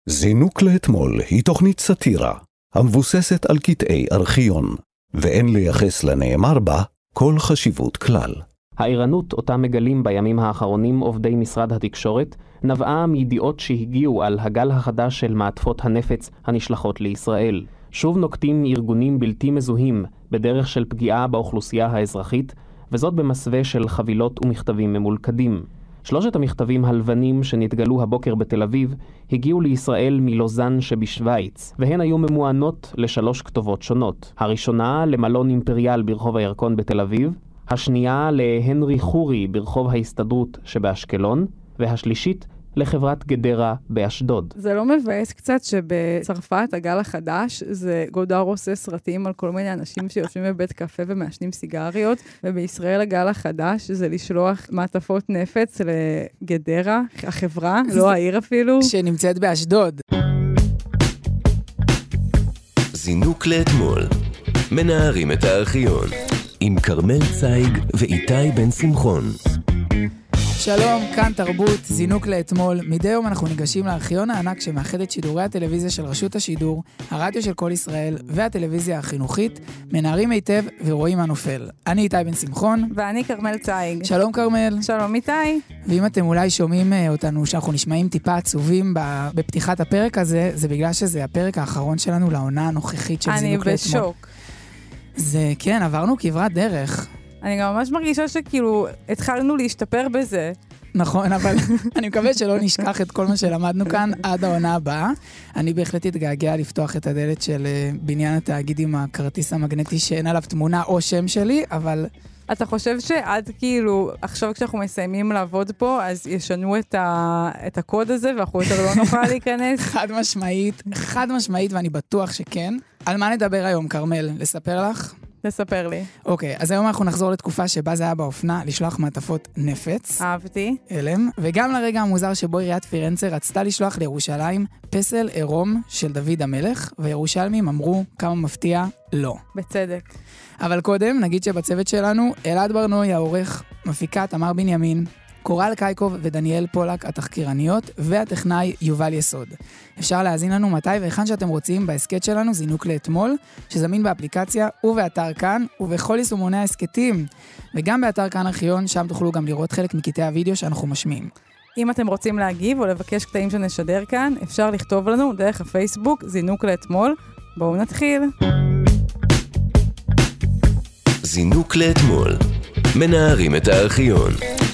זינוק לאתמול היא תוכנית סאטירה, המבוססת על קטעי ארכיון, ואין לייחס לנאמר בה כל חשיבות כלל. הערנות אותה מגלים בימים האחרונים עובדי משרד התקשורת נבעה מידיעות שהגיעו על הגל החדש של מעטפות הנפץ הנשלחות לישראל. שוב נוקטים ארגונים בלתי מזוהים בדרך של פגיעה באוכלוסייה האזרחית, וזאת במסווה של חבילות ומכתבים ממולכדים. 3 המכתבים הלבנים שנתגלו הבוקר בתל אביב הגיעו לישראל מלוזן שבשוויץ, והן היו ממוענות ל3 כתובות שונות. הראשונה למלון אימפריאל ברחוב הירקון בתל אביב, השנייה להנרי חורי ברחוב ההסתדרות שבאשקלון, והשלישית לחברת גדרה באשדוד. זה לא מבאס קצת שבצרפת הגל החדש זה גודר עושה סרטים על כל מיני אנשים שיושבים בבית קפה ומעשנים סיגריות, ובישראל הגל החדש זה לשלוח מעטפות נפץ לגדרה, החברה, לא העיר אפילו. שנמצאת באשדוד. זינוק לאתמול, מנערים את הארכיון, עם קרמל צייג ואיתי בן שמחון. שלום, כאן תרבות, זינוק לאתמול. מדי יום אנחנו ניגשים לארכיון הענק שמאחד את שידורי הטלוויזיה של רשות השידור, הרדיו של כל ישראל והטלוויזיה החינוכית, מנערים היטב ורואים מה נופל. אני איתי בן שמחון. ואני קרמל צייג. שלום קרמל. שלום איתי. ואם אתם אולי שומעים אותנו שאנחנו נשמעים טיפה עצובים בפתיחת הפרק הזה, זה בגלל שזה הפרק האחרון שלנו לעונה הנוכחית של זינוק לאתמול. אני בשוק. זה כן, עברנו כברת דרך. אני גם ממש מרגישה שכאילו התחלנו להשתפר בזה. נכון, אבל אני מקווה שלא נשכח את כל מה שלמדנו כאן עד העונה הבאה. אני בהחלט אתגעגע לפתוח את הדלת של בניין התאגיד עם הכרטיס המגנטי שאין עליו תמונה או שם שלי, אבל... אתה חושב שעד כאילו, עכשיו כשאנחנו מסיימים לעבוד פה, אז ישנו את הקוד הזה, ואנחנו יותר לא נוכל להיכנס? חד משמעית, ואני בטוח שכן. על מה נדבר היום, קרמל? לספר לך? תספר לי. אוקיי, אז היום אנחנו נחזור לתקופה שבה זה היה באופנה לשלוח מעטפות נפץ. אהבתי. אלם, וגם לרגע המוזר שבו עיריית פירנצה רצתה לשלוח לירושלים פסל עירום של דוד המלך, וירושלמים אמרו כמה מפתיע לא. בצדק. אבל קודם נגיד שבצוות שלנו אלעד ברנוי העורך, מפיקה תמר בנימין, קורל קייקוב ודניאל פולק התחקירניות, והטכנאי יובל יסוד. אפשר להאזין לנו מתי והיכן שאתם רוצים בהסקט שלנו זינוק לאתמול, שזמין באפליקציה ובאתר כאן ובכל יישומוני ההסקטים, וגם באתר כאן ארכיון, שם תוכלו גם לראות חלק מקטעי הוידאו שאנחנו משמיעים. אם אתם רוצים להגיב או לבקש קטעים שנשדר כאן, אפשר לכתוב לנו דרך הפייסבוק זינוק לאתמול. בואו נתחיל. זינוק לאתמול, מנערים את הארכיון.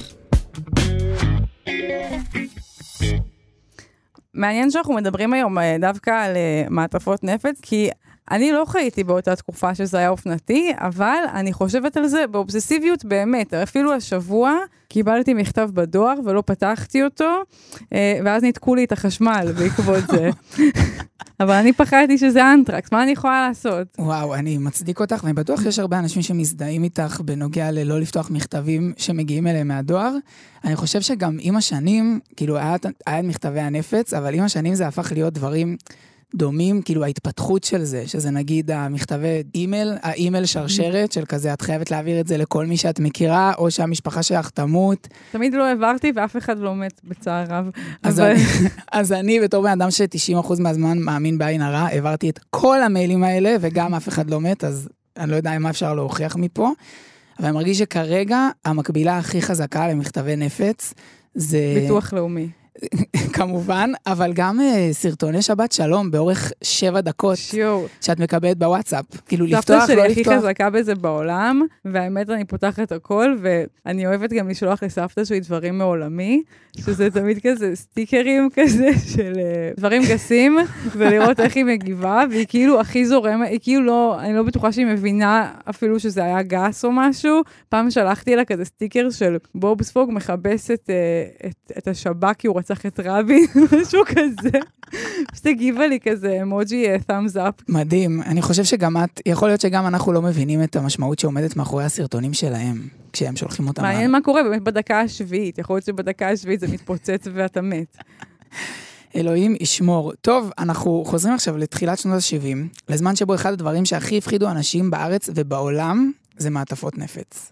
מעניין שאנחנו מדברים היום דווקא על מעטפות נפץ, כי אני לא חייתי באותה תקופה שזה היה אופנתי, אבל אני חושבת על זה באובססיביות באמת. אפילו השבוע קיבלתי מכתב בדואר ולא פתחתי אותו, ואז נתקו לי את החשמל בעקבות זה. אבל אני פחדתי שזה אנטרקס, מה אני יכולה לעשות? וואו, אני מצדיק אותך, ואני בטוח שיש הרבה אנשים שמזדהים איתך בנוגע ללא לפתוח מכתבים שמגיעים אליהם מהדואר. אני חושב שגם עם השנים, כאילו היה מכתבי הנפץ, אבל עם השנים זה הפך להיות דברים דומים, כאילו ההתפתחות של זה, שזה נגיד המכתבי אימייל, האימייל שרשרת של כזה, את חייבת להעביר את זה לכל מי שאת מכירה, או שהמשפחה שלך תמות. תמיד לא העברתי ואף אחד לא מת בצער רב. אז אני בתור בן אדם ש90% מהזמן מאמין בעין הרע, העברתי את כל המיילים האלה, וגם אף אחד לא מת, אז אני לא יודע מה אפשר להוכיח מפה, אבל אני מרגיש שכרגע המקבילה הכי חזקה למכתבי נפץ, זה... ביטוח לאומי. כמובן, אבל גם סרטוני שבת שלום באורך 7 דקות שאת מקבלת בוואטסאפ. כאילו לפתוח, לא לפתוח. סבתא שלי הכי חזקה בזה בעולם, והאמת אני פותחת הכל, ואני אוהבת גם לשלוח לסבתא שלי דברים מעולמי, שזה תמיד כזה סטיקרים כזה של דברים גסים, ולראות איך היא מגיבה, והיא כאילו הכי זורמת, היא כאילו לא, אני לא בטוחה שהיא מבינה אפילו שזה היה גס או משהו. פעם שלחתי לה כזה סטיקר של בוב ספוג מחבש את השב"כ כי הוא רצח את רבין, משהו כזה. פשוט הגיבה לי כזה אמוג'י thumbs up. מדהים. אני חושב שגם יכול להיות שגם אנחנו לא מבינים את המשמעות שעומדת מאחורי הסרטונים שלהם, כשהם שולחים אותם. מעניין מה קורה באמת בדקה השביעית. יכול להיות שבדקה השביעית זה מתפוצץ ואתה מת. אלוהים ישמור. טוב, אנחנו חוזרים עכשיו לתחילת שנות ה-70, לזמן שבו אחד הדברים שהכי הפחידו אנשים בארץ ובעולם, זה מעטפות נפץ.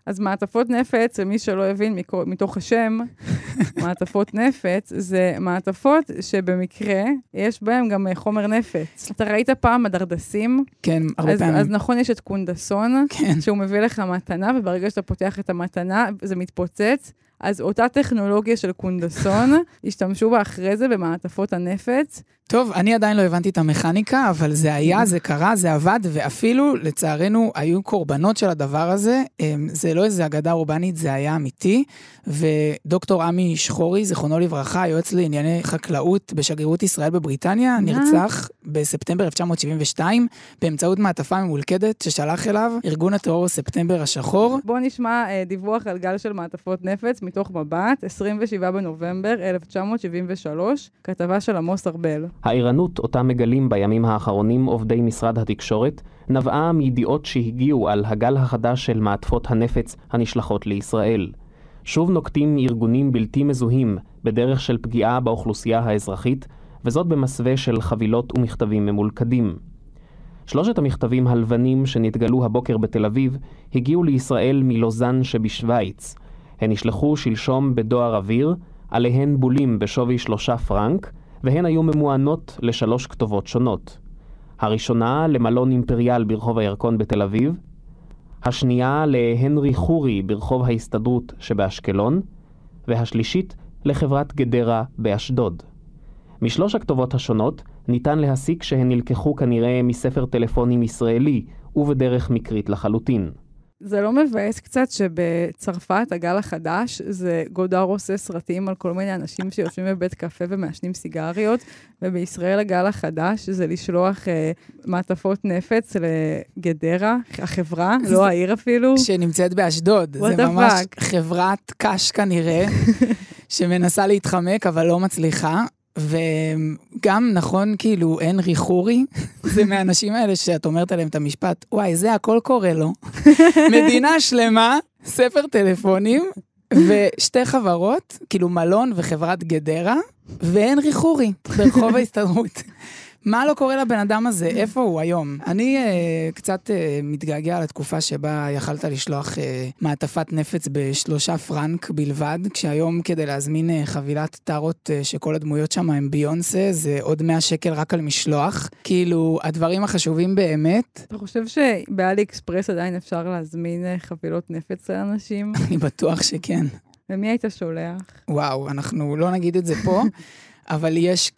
אז מעטפות נפץ, למי שלא הבין מתוך השם, מעטפות נפץ, זה מעטפות שבמקרה יש בהם גם חומר נפץ. אתה ראית פעם הדרדסים? כן, הרבה פעמים. אז נכון, יש את קונדסון, כן. שהוא מביא לך מתנה, וברגע שאתה פותח את המתנה, זה מתפוצץ. אז אותה טכנולוגיה של קונדסון, השתמשו בה אחרי זה במעטפות הנפץ. טוב, אני עדיין לא הבנתי את המכניקה, אבל זה היה, זה קרה, זה עבד, ואפילו, לצערנו, היו קורבנות של הדבר הזה. זה לא איזה אגדה אורבנית, זה היה אמיתי. ודוקטור עמי שחורי, זיכרונו לברכה, יועץ לענייני חקלאות בשגרירות ישראל בבריטניה, נרצח בספטמבר 1972, באמצעות מעטפה ממולכדת ששלח אליו ארגון הטרור ספטמבר השחור. בואו נשמע דיווח על גל של מעטפות נפץ מתוך מבט, 27 בנובמבר 1973, כתבה של עמוס ארבל. הערנות אותה מגלים בימים האחרונים עובדי משרד התקשורת נבעה מידיעות שהגיעו על הגל החדש של מעטפות הנפץ הנשלחות לישראל. שוב נוקטים ארגונים בלתי מזוהים בדרך של פגיעה באוכלוסייה האזרחית, וזאת במסווה של חבילות ומכתבים ממולכדים. 3 המכתבים הלבנים שנתגלו הבוקר בתל אביב הגיעו לישראל מלוזן שבשוויץ. הן נשלחו שלשום בדואר אוויר, עליהן בולים בשווי 3 פרנק, והן היו ממוענות ל3 כתובות שונות. הראשונה למלון אימפריאל ברחוב הירקון בתל אביב, השנייה להנרי חורי ברחוב ההסתדרות שבאשקלון, והשלישית לחברת גדרה באשדוד. מ3 הכתובות השונות ניתן להסיק שהן נלקחו כנראה מספר טלפונים ישראלי ובדרך מקרית לחלוטין. זה לא מבאס קצת שבצרפת הגל החדש, זה גודר עושה סרטים על כל מיני אנשים שיושבים בבית קפה ומעשנים סיגריות, ובישראל הגל החדש זה לשלוח מעטפות נפץ לגדרה, החברה, לא העיר אפילו. שנמצאת באשדוד. זה ממש חברת קש כנראה, שמנסה להתחמק אבל לא מצליחה. וגם נכון, כאילו, הנרי חורי, זה מהאנשים האלה שאת אומרת עליהם את המשפט, וואי, זה הכל קורה לו. מדינה שלמה, ספר טלפונים, ו2 חברות, כאילו מלון וחברת גדרה, והנרי חורי, ברחוב ההסתדרות. מה לא קורה לבן אדם הזה? איפה הוא היום? אני קצת מתגעגע לתקופה שבה יכלת לשלוח מעטפת נפץ ב3 פרנק בלבד, כשהיום כדי להזמין חבילת טארות שכל הדמויות שם הם ביונסה, זה עוד 100 שקל רק על משלוח. כאילו, הדברים החשובים באמת. אתה חושב שבאלי אקספרס עדיין אפשר להזמין חבילות נפץ לאנשים? אני בטוח שכן. ומי היית שולח? וואו, אנחנו לא נגיד את זה פה. אבל יש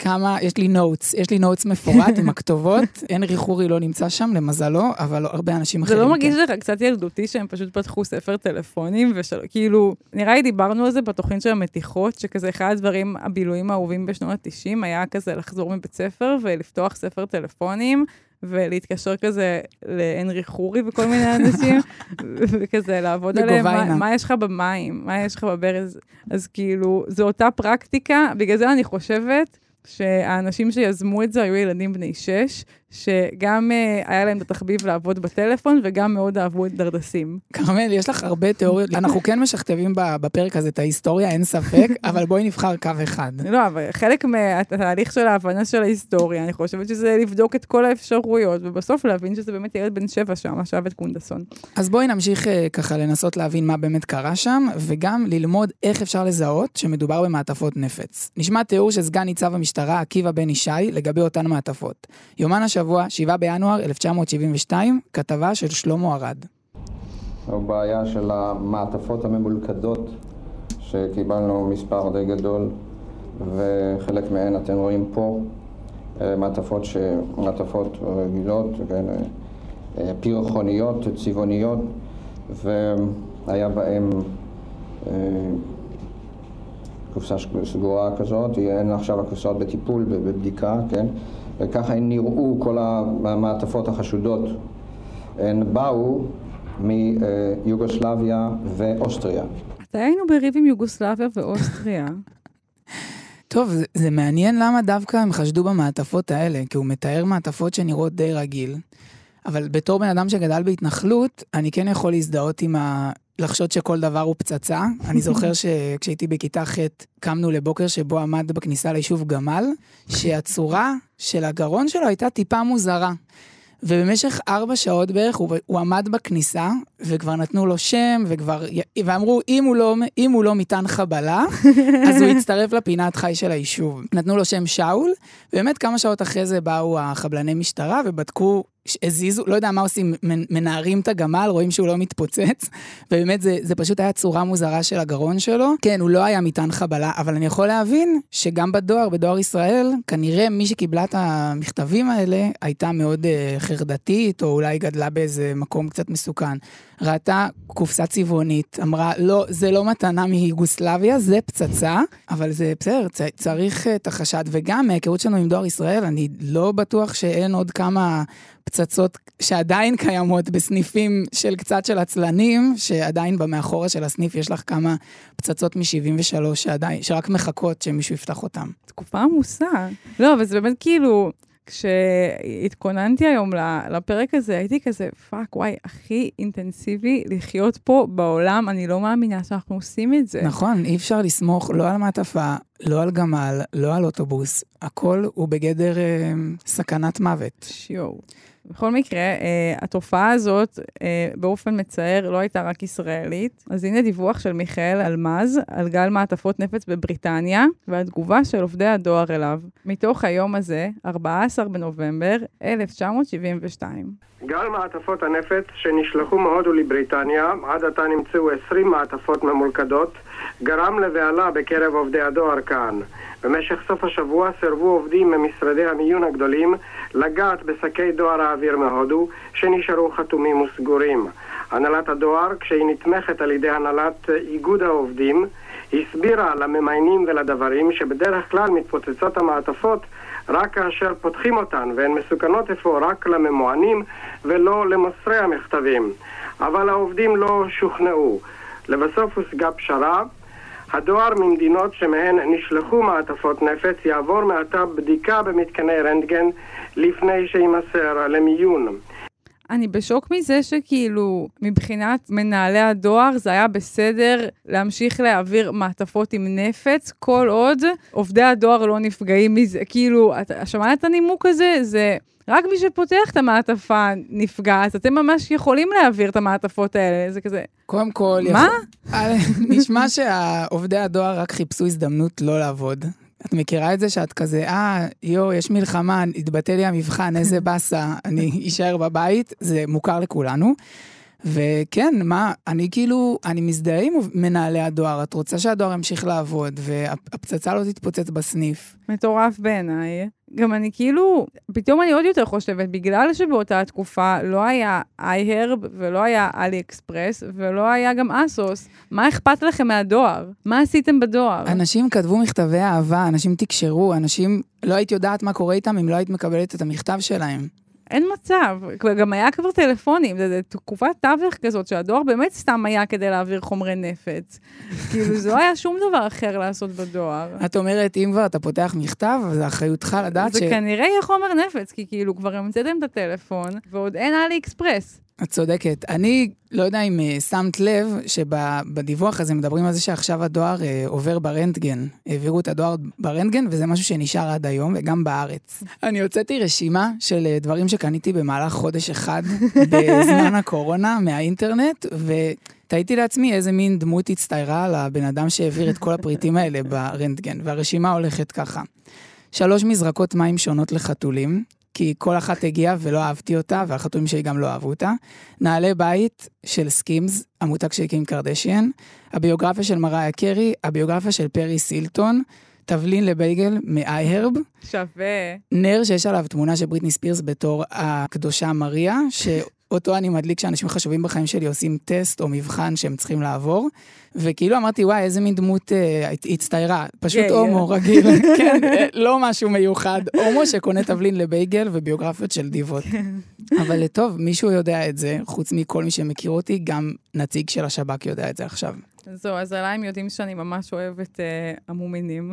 לי נוטס מפורט עם הכתובות, הנרי חורי לא נמצא שם, למזלו, אבל הרבה אנשים אחרים. זה לא מרגיש לך קצת ילדותי שהם פשוט פתחו ספר טלפונים, וכאילו, נראה לי דיברנו על זה בתוכנית של המתיחות, שכזה אחד הדברים, הבילויים האהובים בשנות ה-90, היה כזה לחזור מבית ספר ולפתוח ספר טלפונים, ולהתקשר כזה להנרי חורי וכל מיני אנשים, וכזה לעבוד עליהם, מה יש לך במים, מה יש לך בברז, אז כאילו, זו אותה פרקטיקה, בגלל זה אני חושבת שהאנשים שיזמו את זה היו ילדים בני 6, שגם היה להם את התחביב לעבוד בטלפון, וגם מאוד אהבו את דרדסים. קרמל, יש לך הרבה תיאוריות, אנחנו כן משכתבים בפרק הזה את ההיסטוריה, אין ספק, אבל בואי נבחר קו אחד. לא, אבל חלק מהתהליך של ההבנה של ההיסטוריה, אני חושבת שזה לבדוק את כל האפשרויות, ובסוף להבין שזה באמת ילד בן 7 שם, שב את קונדסון. אז בואי נמשיך ככה לנסות להבין מה באמת קרה שם, וגם ללמוד איך אפשר לזהות שמדובר במעטפות נפץ. נשמע תיאור של סגן ניצב המשטרה, עקיבא בן ישי, לגבי אותן מעטפות. יומן השבוע, 7 בינואר 1972, כתבה של שלמה ארד. הבעיה של המעטפות הממולכדות, שקיבלנו מספר די גדול, וחלק מהן אתם רואים פה, מעטפות רגילות, פירחוניות, צבעוניות, והיה בהן קופסה סגורה כזאת, אין עכשיו הקופסאות בטיפול, בבדיקה, כן? וככה הן נראו כל המעטפות החשודות. הן באו מיוגוסלביה ואוסטריה. אתה היינו בריב עם יוגוסלביה ואוסטריה. טוב, זה מעניין למה דווקא הם חשדו במעטפות האלה, כי הוא מתאר מעטפות שנראות די רגיל. אבל בתור בן אדם שגדל בהתנחלות, אני כן יכול להזדהות עם לחשוד שכל דבר הוא פצצה. אני זוכר שכשהייתי בכיתה ח' קמנו לבוקר שבו עמד בכניסה ליישוב גמל, שהצורה של הגרון שלו הייתה טיפה מוזרה. ובמשך 4 שעות בערך הוא עמד בכניסה, וכבר נתנו לו שם, ואמרו, אם הוא לא מטען חבלה, אז הוא יצטרף לפינת חי של היישוב. נתנו לו שם שאול, ובאמת כמה שעות אחרי זה באו החבלני משטרה, ובדקו, הזיזו, לא יודע מה עושים, מנערים את הגמל, רואים שהוא לא מתפוצץ, ובאמת זה פשוט היה צורה מוזרה של הגרון שלו. כן, הוא לא היה מטען חבלה, אבל אני יכול להבין שגם בדואר ישראל, כנראה מי שקיבלה את המכתבים האלה, הייתה מאוד חרדתית, או אולי גדלה באיזה מקום קצת מסוכן. ראתה קופסה צבעונית, אמרה, לא, זה לא מתנה מיוגוסלביה, זה פצצה, אבל זה בסדר, צריך את החשד, וגם מהיכרות שלנו עם דואר ישראל, אני לא בטוח שאין עוד כמה פצצות שעדיין קיימות בסניפים של קצת של עצלנים, שעדיין במאחורה של הסניף יש לך כמה פצצות מ-73 שרק מחכות שמישהו יפתח אותם. תקופה עמוסה. לא, אבל זה באמת כאילו, כשהתכוננתי היום לפרק הזה, הייתי כזה, פאק, וואי, הכי אינטנסיבי לחיות פה בעולם, אני לא מאמינה שאנחנו עושים את זה. נכון, אי אפשר לסמוך לא על מעטפה, לא על גמל, לא על אוטובוס, הכל הוא בגדר סכנת מוות. שיו. בכל מקרה, התופעה הזאת באופן מצער לא הייתה רק ישראלית. אז הנה דיווח של מיכאל אלמז על גל מעטפות נפץ בבריטניה, והתגובה של עובדי הדואר אליו. מתוך היום הזה, 14 בנובמבר 1972. גל מעטפות הנפץ שנשלחו מהודו לבריטניה, עד עתה נמצאו 20 מעטפות ממולכדות, גרם לבעלה בקרב עובדי הדואר כאן. במשך סוף השבוע סרבו עובדים ממשרדי המיון הגדולים לגעת בשקי דואר האוויר מהודו שנשארו חתומים וסגורים. הנהלת הדואר, כשהיא נתמכת על ידי הנהלת איגוד העובדים, הסבירה לממיינים ולדברים שבדרך כלל מתפוצצות המעטפות רק כאשר פותחים אותן, והן מסוכנות אפוא רק לממוענים ולא למוסרי המכתבים. אבל העובדים לא שוכנעו. לבסוף הושגה פשרה. הדואר ממדינות שמהן נשלחו מעטפות נפץ יעבור מעתה בדיקה במתקני רנטגן לפני שימסר למיון. אני בשוק מזה שכאילו מבחינת מנהלי הדואר זה היה בסדר להמשיך להעביר מעטפות עם נפץ, כל עוד עובדי הדואר לא נפגעים מזה. כאילו, שמעת את הנימוק הזה? זה רק מי שפותח את המעטפה נפגע, אז אתם ממש יכולים להעביר את המעטפות האלה, זה כזה. קודם כל, מה? נשמע שהעובדי הדואר רק חיפשו הזדמנות לא לעבוד. את מכירה את זה שאת כזה, יש מלחמה, התבטל לי המבחן, איזה בסה, אני אשאר בבית, זה מוכר לכולנו. וכן, אני מזדהה עם מנהלי הדואר, את רוצה שהדואר ימשיך לעבוד, והפצצה לא תתפוצץ בסניף. מטורף בעיניי. גם אני כאילו, פתאום אני עוד יותר חושבת, בגלל שבאותה התקופה לא היה iHerb, ולא היה AliExpress, ולא היה גם אסוס, מה אכפת לכם מהדואר? מה עשיתם בדואר? אנשים כתבו מכתבי אהבה, אנשים תקשרו, אנשים, לא היית יודעת מה קורה איתם, אם לא היית מקבלת את המכתב שלהם. אין מצב, גם היה כבר טלפונים, זה תקופת תווך כזאת, שהדואר באמת סתם היה כדי להעביר חומרי נפץ. כאילו, זה לא היה שום דבר אחר לעשות בדואר. את אומרת, אם כבר אתה פותח מכתב, זה אחריותך לדעת זה כנראה יהיה חומר נפץ, כי כאילו כבר המצאתם את הטלפון, ועוד אין AliExpress. את צודקת. אני לא יודע אם שמת לב שבדיווח הזה מדברים על זה שעכשיו הדואר עובר ברנטגן. העבירו את הדואר ברנטגן, וזה משהו שנשאר עד היום, וגם בארץ. אני הוצאתי רשימה של דברים שקניתי במהלך חודש אחד, בזמן הקורונה, מהאינטרנט, ותהיתי לעצמי איזה מין דמות הצטיירה על הבן אדם שהעביר את כל הפריטים האלה ברנטגן, והרשימה הולכת ככה. 3 מזרקות מים שונות לחתולים, כי כל אחת הגיעה ולא אהבתי אותה, והחתולים שלי גם לא אהבו אותה. נעלי בית של סקימס, המותג של קים קרדשיאן, הביוגרפיה של מריה קרי, הביוגרפיה של פרי סילטון, תבלין לבייגל מ-iHerb. שווה. נר שיש עליו תמונה של בריטני ספירס בתור הקדושה מריה, שאותו אני מדליק שאנשים חשובים בחיים שלי עושים טסט או מבחן שהם צריכים לעבור, וכאילו אמרתי, וואי, איזה מין דמות הצטיירה, פשוט הומו רגיל, כן, לא משהו מיוחד, הומו שקונה תבלין לבייגל וביוגרפיות של דיבות. אבל טוב, מישהו יודע את זה, חוץ מכל מי שמכיר אותי, גם נציג של השב"כ יודע את זה עכשיו. זהו, אז עליי הם יודעים שאני ממש אוהבת המומינים.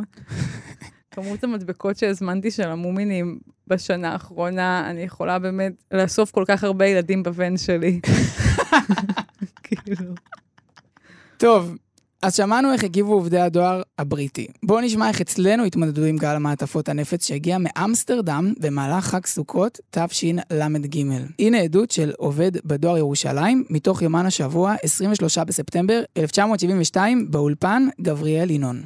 כמות המדבקות שהזמנתי של המומינים בשנה האחרונה, אני יכולה באמת לאסוף כל כך הרבה ילדים בבן שלי. כאילו. טוב, אז שמענו איך הגיבו עובדי הדואר הבריטי. בואו נשמע איך אצלנו התמודדו עם גל המעטפות הנפץ שהגיע מאמסטרדם במהלך חג סוכות תשל"ג. הנה עדות של עובד בדואר ירושלים מתוך יומן השבוע 23 בספטמבר 1972 באולפן גבריאל ינון.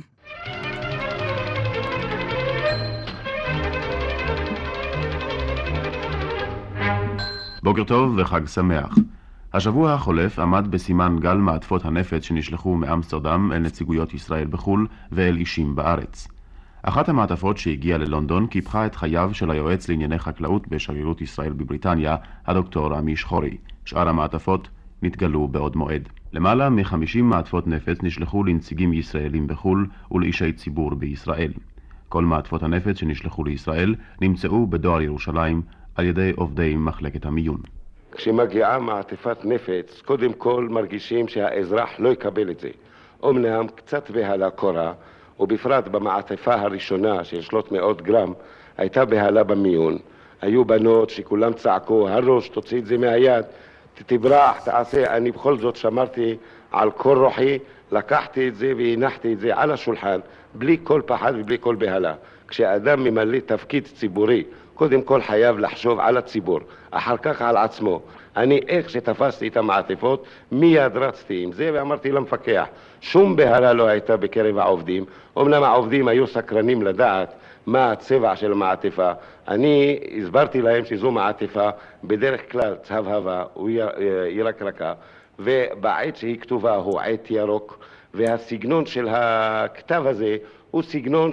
בוקר טוב וחג שמח. השבוע החולף עמד בסימן גל מעטפות הנפץ שנשלחו מאמסטרדם אל נציגויות ישראל בחול ואל אישים בארץ. אחת המעטפות שהגיעה ללונדון קיפחה את חייו של היועץ לענייני חקלאות בשגרירות ישראל בבריטניה, הדוקטור עמי שחורי. שאר המעטפות נתגלו בעוד מועד. למעלה מ-50 מעטפות נפץ נשלחו לנציגים ישראלים בחול ולאישי ציבור בישראל. כל מעטפות הנפץ שנשלחו לישראל נמצאו בדואר ירושלים על ידי עובדי מחלקת המיון. כשמגיעה מעטפת נפץ, קודם כל מרגישים שהאזרח לא יקבל את זה. אומנם קצת בהלה קורה, ובפרט במעטפה הראשונה של 300 גרם, הייתה בהלה במיון. היו בנות שכולם צעקו, הראש, תוציא את זה מהיד, תברח, תעשה. אני בכל זאת שמרתי על כל רוחי, לקחתי את זה והנחתי את זה על השולחן, בלי כל פחד ובלי כל בהלה. כשאדם ממלא תפקיד ציבורי, קודם כל חייב לחשוב על הציבור, אחר כך על עצמו. אני איך שתפסתי את המעטפות, מיד רצתי עם זה ואמרתי למפקח, שום בהלה לא הייתה בקרב העובדים, אמנם העובדים היו סקרנים לדעת מה הצבע של המעטפה. אני הסברתי להם שזו מעטפה בדרך כלל צהבהבה וירקרקה, ובעת שהיא כתובה הוא עת ירוק, והסגנון של הכתב הזה הוא סגנון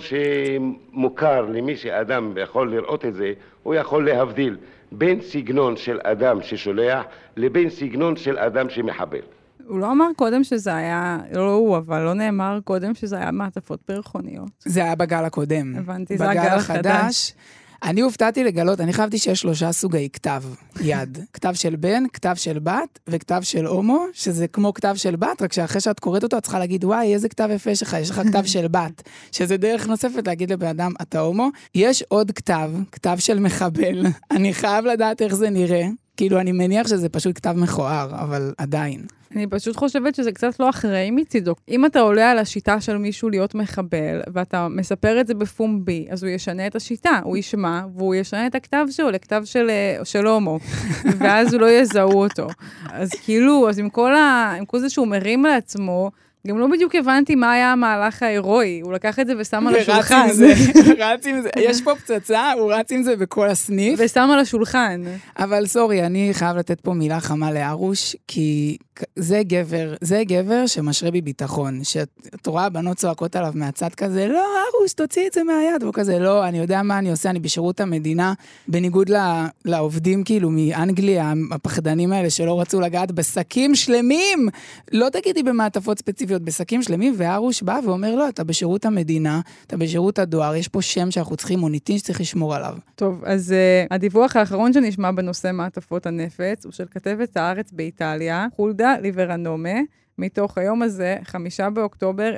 שמוכר למי שאדם יכול לראות את זה, הוא יכול להבדיל בין סגנון של אדם ששולח לבין סגנון של אדם שמחבל. הוא לא אמר קודם שזה היה, לא הוא, אבל לא נאמר קודם שזה היה מעטפות פרחוניות. זה היה בגל הקודם. הבנתי, זה הגל החדש. אני הופתעתי לגלות, אני חייבתי שיש 3 סוגי כתב יד. כתב של בן, כתב של בת וכתב של הומו, שזה כמו כתב של בת, רק שאחרי שאת קוראת אותו, את צריכה להגיד, וואי, איזה כתב יפה שלך, יש לך כתב של בת, שזה דרך נוספת להגיד לבן אדם, אתה הומו. יש עוד כתב, כתב של מחבל, אני חייב לדעת איך זה נראה, כאילו אני מניח שזה פשוט כתב מכוער, אבל עדיין. אני פשוט חושבת שזה קצת לא אחראי מצידו. אם אתה עולה על השיטה של מישהו להיות מחבל, ואתה מספר את זה בפומבי, אז הוא ישנה את השיטה, הוא ישמע, והוא ישנה את הכתב שלו לכתב של הומו, ואז הוא לא יזהו אותו. אז כאילו, אז עם כל זה שהוא מרים לעצמו, גם לא בדיוק הבנתי מה היה המהלך ההירואי, הוא לקח את זה ושם על השולחן. רץ עם זה, יש פה פצצה, הוא רץ עם זה בכל הסניף. ושם על השולחן. אבל סורי, אני חייב לתת פה מילה חמה לארוש, כי זה גבר שמשרה בי ביטחון, שאת רואה בנות צועקות עליו מהצד כזה, לא, ארוש, תוציא את זה מהיד, והוא כזה, לא, אני יודע מה אני עושה, אני בשירות המדינה, בניגוד לעובדים כאילו מאנגליה, הפחדנים האלה שלא רצו לגעת בסקים שלמים, לא תגידי במעטפות ספציפיות, בסקים שלמים, וארוש בא ואומר לו, אתה בשירות המדינה, אתה בשירות הדואר, יש פה שם שאנחנו צריכים, מוניטין שצריך לשמור עליו. טוב, אז הדיווח האחרון שנשמע בנושא מעטפות הנפץ, הוא של כתבת הארץ באיטליה, חולדה ליברנומה, מתוך היום הזה, 5 באוקטובר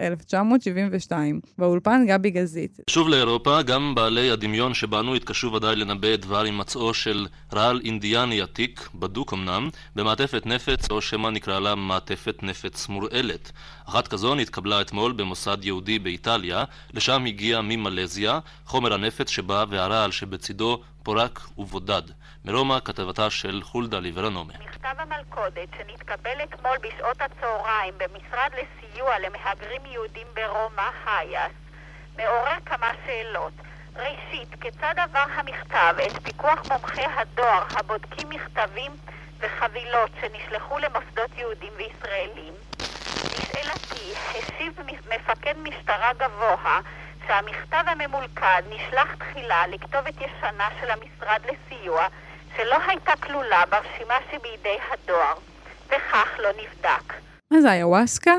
1972, באולפן גבי גזית. שוב לאירופה, גם בעלי הדמיון שבנו התקשו ודאי לנבא דבר עם מצאו של רעל אינדיאני עתיק, בדוק אמנם, במעטפת נפץ, או שמה נקרא לה מעטפת נפץ מורעלת. אחת כזו נתקבלה אתמול במוסד יהודי באיטליה, לשם הגיע ממלזיה, חומר הנפץ שבא והרעל שבצידו פורק ובודד. מרומא, כתבתה של חולדה ליברנומה. מכתב המלכודת שנתקבל אתמול בשעות הצהריים במשרד לסיוע למהגרים יהודים ברומא, הייס, מעורר כמה שאלות. ראשית, כיצד עבר המכתב את פיקוח מומחי הדואר הבודקים מכתבים וחבילות שנשלחו למוסדות יהודים וישראלים? לשאלתי, השיב מפקד משטרה גבוה שהמכתב הממולכד נשלח תחילה לכתובת ישנה של המשרד לסיוע שלא הייתה כלולה ברשימה שבידי הדואר, וכך לא נבדק. מה זה, איוואסקה?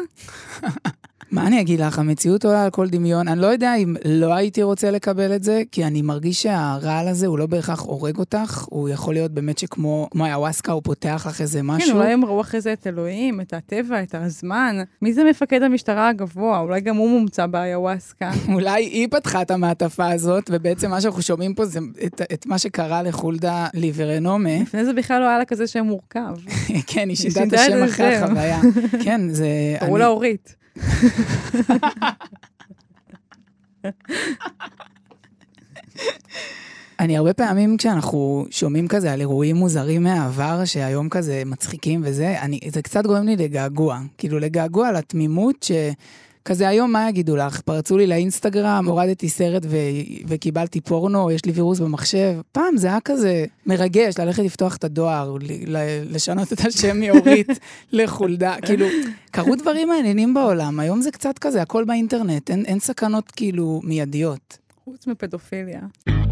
מה אני אגיד לך? המציאות עולה על כל דמיון. אני לא יודע אם לא הייתי רוצה לקבל את זה, כי אני מרגיש שהרעל הזה הוא לא בהכרח הורג אותך, הוא יכול להיות באמת שכמו איוואסקה, הוא פותח לך איזה משהו. כן, אולי הם ראו אחרי זה את אלוהים, את הטבע, את הזמן. מי זה מפקד המשטרה הגבוה? אולי גם הוא מומצא באיוואסקה. אולי היא פתחה את המעטפה הזאת, ובעצם מה שאנחנו שומעים פה זה את מה שקרה לחולדה ליברנומה. לפני זה בכלל לא היה לה כזה שם מורכב. כן, היא שיטה את השם אחרי החוויה. כן, זה... קראו לה אורית. אני הרבה פעמים כשאנחנו שומעים כזה על אירועים מוזרים מהעבר, שהיום כזה מצחיקים וזה, זה קצת גורם לי לגעגוע. כאילו לגעגוע לתמימות שכזה היום מה יגידו לך? פרצו לי לאינסטגרם, הורדתי סרט וקיבלתי פורנו, יש לי וירוס במחשב. פעם זה היה כזה מרגש, ללכת לפתוח את הדואר, לשנות את השם מאורית לחולדה. כאילו, קרו דברים מעניינים בעולם. היום זה קצת כזה, הכל באינטרנט, אין סכנות כאילו מיידיות. חוץ מפדופיליה.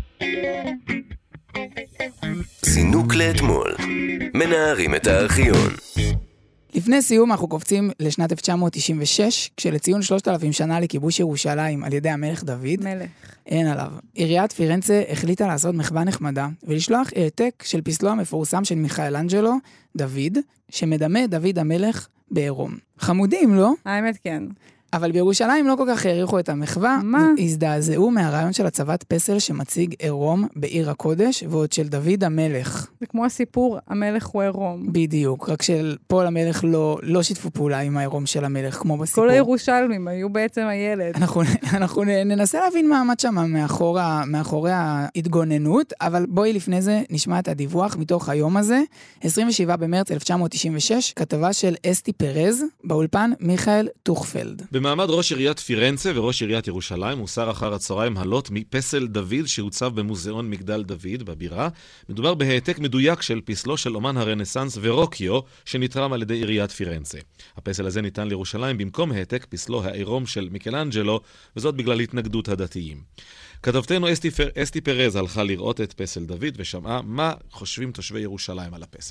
זינוק לאתמול. מנערים את הארכיון. לפני סיום אנחנו קופצים לשנת 1996, כשלציון 3,000 שנה לכיבוש ירושלים על ידי המלך דוד. מלך. אין עליו. עיריית פירנצה החליטה לעשות מחווה נחמדה, ולשלוח העתק של פסלו המפורסם של מיכאלנג'לו, דוד, שמדמה דוד המלך בעירום. חמודים, לא? האמת כן. אבל בירושלים לא כל כך העריכו את המחווה, הזדעזעו מהרעיון של הצבת פסל שמציג עירום בעיר הקודש, ועוד של דוד המלך. זה כמו הסיפור, המלך הוא עירום. בדיוק, רק של פול המלך לא שיתפו פעולה עם העירום של המלך, כמו בסיפור. כל הירושלמים היו בעצם הילד. אנחנו ננסה להבין מה עמד שם מאחורי ההתגוננות, אבל בואי לפני זה נשמע את הדיווח מתוך היום הזה, 27 במרץ 1996, כתבה של אסתי פרז, באולפן מיכאל טוכפלד. במעמד ראש עיריית פירנצה וראש עיריית ירושלים הוסר אחר הצהריים הלוט מפסל דוד שהוצב במוזיאון מגדל דוד בבירה. מדובר בהעתק מדויק של פסלו של אומן הרנסנס ורוקיו שנתרם על ידי עיריית פירנצה. הפסל הזה ניתן לירושלים במקום העתק פסלו העירום של מיכלנג'לו, וזאת בגלל התנגדות הדתיים. כתבתנו אסתי פרז הלכה לראות את פסל דוד ושמעה מה חושבים תושבי ירושלים על הפסל.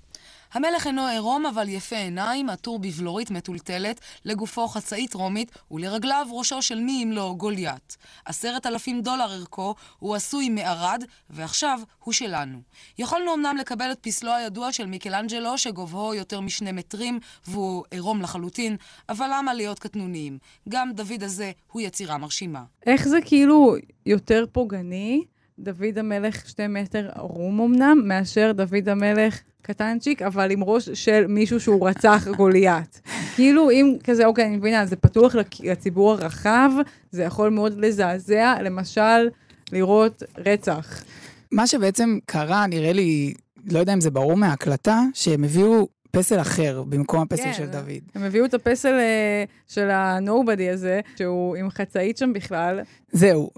המלך אינו עירום אבל יפה עיניים, עטור בבלורית מטולטלת, לגופו חצאית רומית ולרגליו ראשו של מי אם לא גוליית. $10,000 ערכו, הוא עשוי מערד ועכשיו הוא שלנו. יכולנו אמנם לקבל את פסלו הידוע של מיכלנג'לו שגובהו יותר מ2 מטרים והוא עירום לחלוטין, אבל למה להיות קטנוניים? גם דוד הזה הוא יצירה מרשימה. איך זה כאילו יותר פוגעני, דוד המלך 2 מטר ערום אמנם, מאשר דוד המלך קטנצ'יק, אבל עם ראש של מישהו שהוא רצח גוליית. כאילו, אם כזה, אוקיי, אני מבינה, זה פתוח לציבור הרחב, זה יכול מאוד לזעזע, למשל, לראות רצח. מה שבעצם קרה, נראה לי, לא יודע אם זה ברור מההקלטה, שהם הביאו פסל אחר במקום הפסל של דוד. הם הביאו את הפסל של ה-nobody הזה, שהוא עם חצאית שם בכלל. זהו,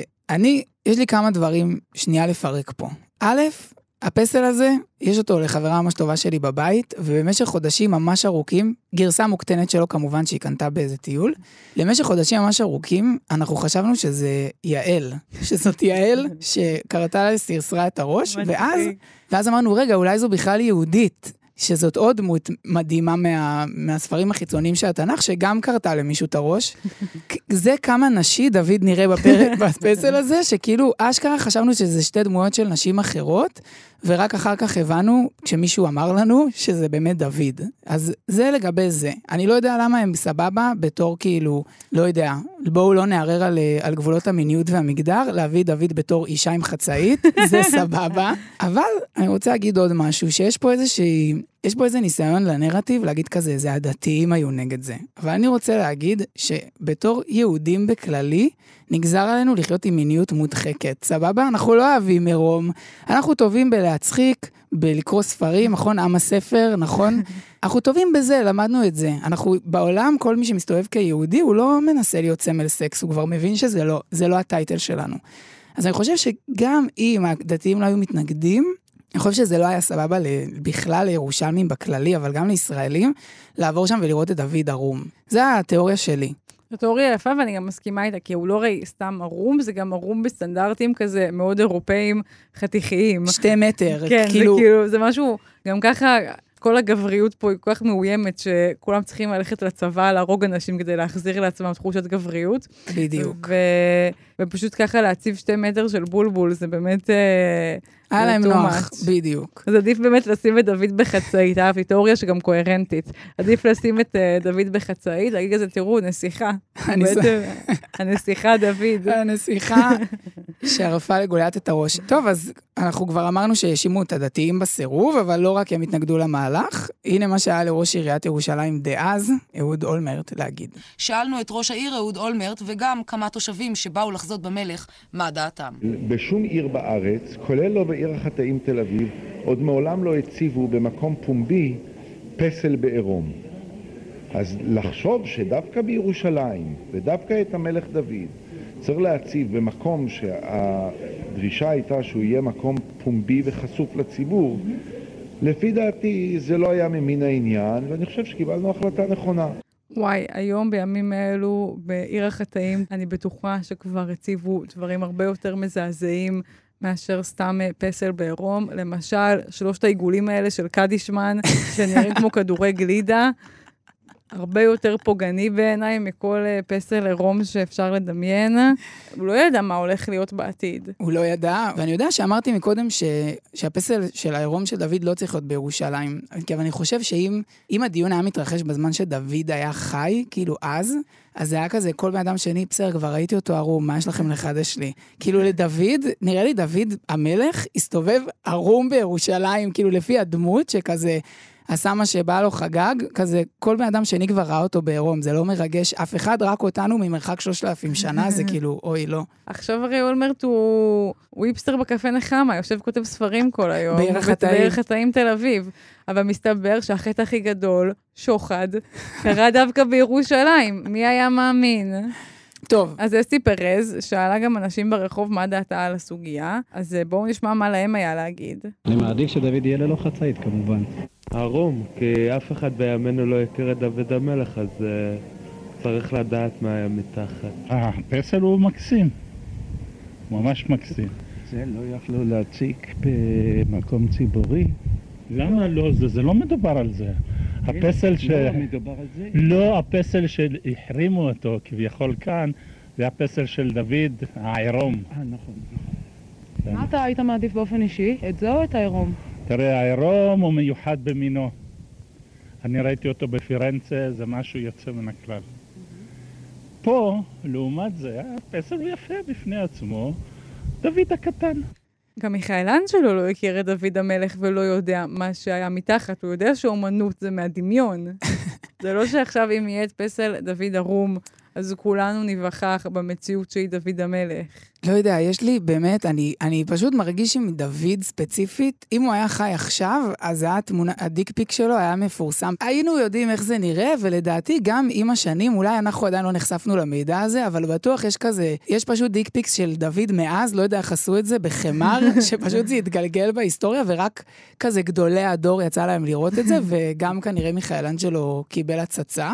יש לי כמה דברים שנייה לפרק פה. א', הפסל הזה, יש אותו לחברה ממש טובה שלי בבית, ובמשך חודשים ממש ארוכים, גרסה מוקטנת שלו כמובן שהיא קנתה באיזה טיול, למשך חודשים ממש ארוכים, אנחנו חשבנו שזה יעל, שזאת יעל שקראתה לה סרסרה את הראש, ואז אמרנו, רגע, אולי זו בכלל יהודית, שזאת עוד דמות מדהימה מהספרים החיצוניים של התנ"ך, שגם קרתה למישהו את הראש. זה כמה נשי דוד נראה בפסל הזה, שכאילו אשכרה חשבנו שזה 2 דמויות של נשים אחרות, ורק אחר כך הבנו, כשמישהו אמר לנו, שזה באמת דוד. אז זה לגבי זה. אני לא יודע למה הם סבבה, בתור כאילו, לא יודע, בואו לא נערער על גבולות המיניות והמגדר, להביא דוד בתור אישה עם חצאית, זה סבבה. אבל אני רוצה להגיד עוד משהו, שיש פה איזה ניסיון לנרטיב, להגיד כזה, זה הדתיים היו נגד זה. אבל אני רוצה להגיד שבתור יהודים בכללי, נגזר עלינו לחיות עם מיניות מודחקת. סבבה? אנחנו לא אוהבים עירום. אנחנו טובים בלהצחיק, בלקרוא ספרים, נכון? עם הספר, נכון? אנחנו טובים בזה, למדנו את זה. אנחנו בעולם, כל מי שמסתובב כיהודי, הוא לא מנסה להיות סמל סקס, הוא כבר מבין שזה לא הטייטל שלנו. אז אני חושב שגם אם הדתיים לא היו מתנגדים, אני חושב שזה לא היה סבבה בכלל לירושלמים בכללי, אבל גם לישראלים, לעבור שם ולראות את דוד ערום. זה התיאוריה שלי. זו תיאוריה יפה, ואני גם מסכימה איתה, כי הוא לא ראי סתם ערום, זה גם ערום בסטנדרטים כזה מאוד אירופאים חתיכיים. 2 מטר. כן, כאילו... זה כאילו, זה משהו, גם ככה, כל הגבריות פה היא כל כך מאוימת, שכולם צריכים ללכת לצבא, להרוג אנשים כדי להחזיר לעצמם תחושת גבריות. בדיוק. ופשוט ככה להציב 2 מטר של בולבול, זה באמת... היה להם נוח, בדיוק. אז עדיף באמת לשים את דוד בחצאית, אהבתי תיאוריה שגם קוהרנטית. עדיף לשים את דוד בחצאית, להגיד כזה, תראו, נסיכה. הנסיכה דוד. הנסיכה שערפה לגוליית את הראש. טוב, אז אנחנו כבר אמרנו שהאשימו את הדתיים בסירוב, אבל לא רק הם התנגדו למהלך. הנה מה שהיה לראש עיריית ירושלים דאז, אהוד אולמרט, להגיד. שאלנו את ראש העיר אהוד אולמרט, וגם כמה תושבים שבאו לחזות במלך, מה דעתם. בשום עיר בארץ, כולל לא בעיר החטאים תל אביב, עוד מעולם לא הציבו במקום פומבי פסל בעירום. אז לחשוב שדווקא בירושלים, ודווקא את המלך דוד, צריך להציב במקום שהדרישה הייתה שהוא יהיה מקום פומבי וחשוף לציבור, לפי דעתי זה לא היה ממין העניין, ואני חושב שקיבלנו החלטה נכונה. וואי, היום בימים האלו בעיר החטאים, אני בטוחה שכבר הציבו דברים הרבה יותר מזעזעים, מאשר סתם פסל בעירום. למשל, 3 העיגולים האלה של קדישמן, שנראים כמו כדורי גלידה, הרבה יותר פוגעני בעיניי מכל פסל עירום שאפשר לדמיין. הוא לא ידע מה הולך להיות בעתיד. הוא לא ידע, ואני יודע שאמרתי מקודם שהפסל של העירום של דוד לא צריך להיות בירושלים. אבל אני חושב שאם הדיון היה מתרחש בזמן שדוד היה חי, כאילו אז זה היה כזה, כל בן אדם שני, בסדר, כבר ראיתי אותו ערום, מה יש לכם לחדש לי? כאילו לדוד, נראה לי דוד המלך הסתובב ערום בירושלים, כאילו לפי הדמות שכזה, עשה מה שבא לו חגג, כזה כל בן אדם שני כבר ראה אותו בעירום, זה לא מרגש אף אחד, רק אותנו ממרחק 3,000 שנה, זה כאילו, אוי, לא. עכשיו הרי אולמרט הוא היפסטר בקפה נחמה, יושב כותב ספרים כל היום. בעיר החטאים תל אביב. אבל מסתבר שהחטא הכי גדול, שוחד, קרה דווקא בירושלים. מי היה מאמין? טוב. אז אסתי פרז שאלה גם אנשים ברחוב מה דעתה על הסוגיה, אז בואו נשמע מה להם היה להגיד. אני מעדיף שדוד יהיה ללא חצאית כמובן. ערום, כי אף אחד בימינו לא הכיר את דוד המלך, אז צריך לדעת מה היה מתחת. הפסל הוא מקסים, ממש מקסים. זה לא יכלו להציק במקום ציבורי? למה לא? זה לא מדובר על זה. הפסל לא מדובר על זה? לא, הפסל שהחרימו אותו כביכול כאן, זה הפסל של דוד, העירום. נכון. מה אתה היית מעדיף באופן אישי? את זה או את העירום? תראה, העירום הוא מיוחד במינו. אני ראיתי אותו בפירנצה, זה משהו יוצא מן הכלל. פה, לעומת זה, הפסל הוא יפה בפני עצמו, דוד הקטן. גם מיכאלן שלו לא הכיר את דוד המלך ולא יודע מה שהיה מתחת, הוא יודע שאומנות זה מהדמיון. זה לא שעכשיו אם יהיה את פסל דוד ערום, אז כולנו נבחח במציאות שהיא דוד המלך. לא יודע, יש לי באמת, אני פשוט מרגיש עם דוד ספציפית, אם הוא היה חי עכשיו, אז הדיק פיק שלו היה מפורסם. היינו יודעים איך זה נראה, ולדעתי גם עם השנים, אולי אנחנו עדיין לא נחשפנו למידע הזה, אבל בטוח יש כזה, יש פשוט דיק פיקס של דוד מאז, לא יודע איך עשו את זה, בחמר, שפשוט זה התגלגל בהיסטוריה, ורק כזה גדולי הדור יצא להם לראות את זה, וגם כנראה מיכאלן שלו קיבל הצצה.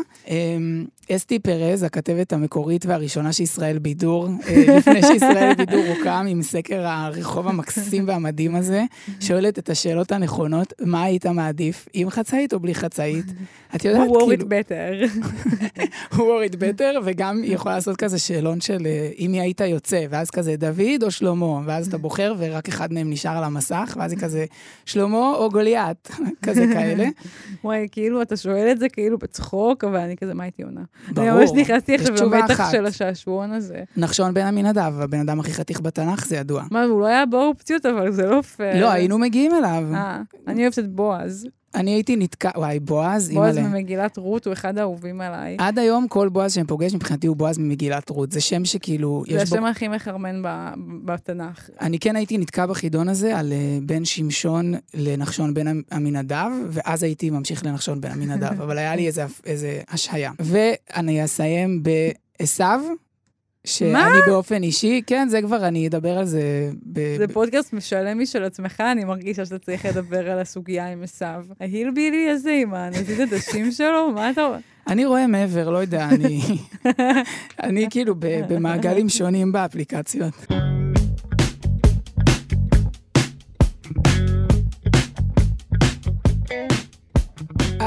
אסתי פרז, הכתבת המקורית והראשונה שישראל בידור, לפני שישראל בידור הוקם עם סקר הרחוב המקסים והמדהים הזה, שואלת את השאלות הנכונות, מה היית מעדיף, עם חצאית או בלי חצאית? את יודעת, הוא wore it better. הוא wore it better, וגם היא יכולה לעשות כזה שאלון של אם היא היית יוצא, ואז כזה דוד או שלמה, ואז אתה בוחר ורק אחד מהם נשאר על המסך, ואז היא כזה שלמה או גוליית, כזה כאלה. וואי, כאילו אתה שואל את זה כאילו בצחוק, אבל אני כזה, מה הייתי עונה? ברור. אני ממש נכנסתי עכשיו במתח של השעשועון הזה. נחשון בן עמינדב, הבן אדם הכי חתיך בתנ"ך, זה ידוע. מה, הוא לא היה באופציות, אבל זה לא פייר. לא, היינו מגיעים אליו. אני אוהבת את בועז. אני הייתי נתקע, וואי, בועז, בועז ממגילת רות הוא אחד האהובים עליי. עד היום כל בועז שאני פוגש מבחינתי הוא בועז ממגילת רות. זה שם שכאילו... זה השם הכי מחרמן בתנ"ך. אני כן הייתי נתקע בחידון הזה על בן שמשון לנחשון בן עמינדב, ואז הייתי ממשיך לנחשון בן עמינדב, אבל היה לי איזה השהיה. ואני אסיים בעשיו, שאני באופן אישי, כן, זה כבר, אני אדבר על זה. זה פודקאסט משלם משל עצמך, אני מרגישה שאתה צריך לדבר על הסוגיה עם עשיו. ההילבילי הזה עם הנזיד הדשים שלו, מה אתה... אני רואה מעבר, לא יודע, אני כאילו במעגלים שונים באפליקציות.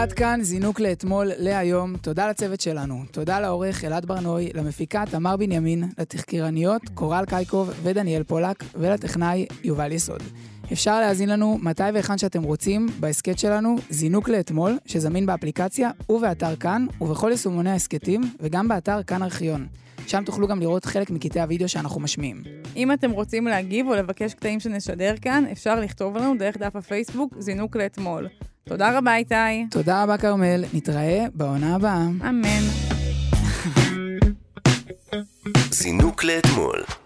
ועד כאן זינוק לאתמול להיום. תודה לצוות שלנו. תודה לעורך אלעד ברנוי, למפיקה תמר בנימין, לתחקירניות קורל קייקוב ודניאל פולק, ולטכנאי יובל יסוד. אפשר להזין לנו מתי והיכן שאתם רוצים בהסקט שלנו זינוק לאתמול, שזמין באפליקציה ובאתר כאן ובכל יישומוני ההסקטים, וגם באתר כאן ארכיון. שם תוכלו גם לראות חלק מקטעי הוידאו שאנחנו משמיעים. אם אתם רוצים להגיב או לבקש קטעים שנשדר כאן, אפשר לכתוב לנו דרך דף הפייסבוק זינוק לאתמול. תודה רבה איתי. תודה רבה כרמל, נתראה בעונה הבאה. אמן. זינוק לאתמול.